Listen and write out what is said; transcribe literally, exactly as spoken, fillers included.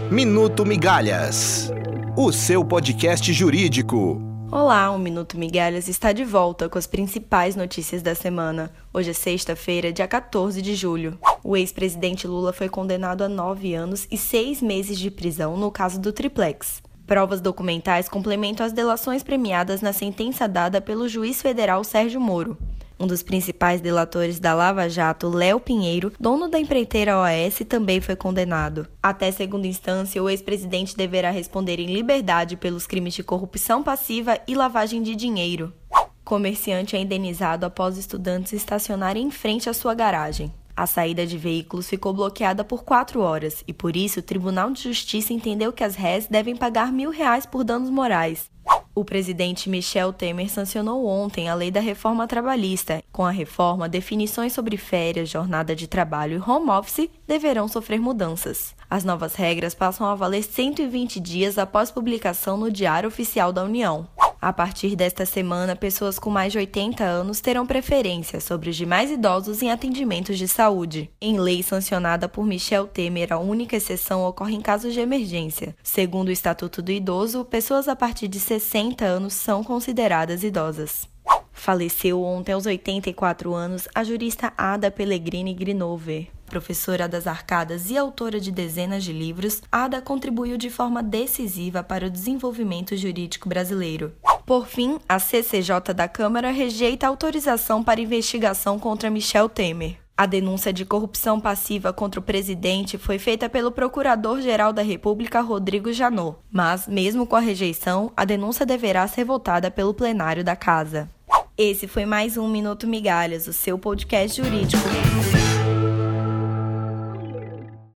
Minuto Migalhas, o seu podcast jurídico. Olá, o Minuto Migalhas está de volta com as principais notícias da semana. Hoje é sexta-feira, dia quatorze de julho. O ex-presidente Lula foi condenado a nove anos e seis meses de prisão no caso do Triplex. Provas documentais complementam as delações premiadas na sentença dada pelo juiz federal Sérgio Moro. Um dos principais delatores da Lava Jato, Léo Pinheiro, dono da empreiteira O A S, também foi condenado. Até segunda instância, o ex-presidente deverá responder em liberdade pelos crimes de corrupção passiva e lavagem de dinheiro. Comerciante é indenizado após estudantes estacionarem em frente à sua garagem. A saída de veículos ficou bloqueada por quatro horas e, por isso, o Tribunal de Justiça entendeu que as réis devem pagar mil reais por danos morais. O presidente Michel Temer sancionou ontem a lei da reforma trabalhista. Com a reforma, definições sobre férias, jornada de trabalho e home office deverão sofrer mudanças. As novas regras passam a valer cento e vinte dias após publicação no Diário Oficial da União. A partir desta semana, pessoas com mais de oitenta anos terão preferência sobre os demais idosos em atendimentos de saúde. Em lei sancionada por Michel Temer, a única exceção ocorre em casos de emergência. Segundo o Estatuto do Idoso, pessoas a partir de sessenta anos são consideradas idosas. Faleceu ontem aos oitenta e quatro anos a jurista Ada Pellegrini Grinover. Professora das Arcadas e autora de dezenas de livros, Ada contribuiu de forma decisiva para o desenvolvimento jurídico brasileiro. Por fim, a C C J da Câmara rejeita a autorização para investigação contra Michel Temer. A denúncia de corrupção passiva contra o presidente foi feita pelo Procurador-Geral da República, Rodrigo Janot. Mas, mesmo com a rejeição, a denúncia deverá ser votada pelo plenário da Casa. Esse foi mais um Minuto Migalhas, o seu podcast jurídico.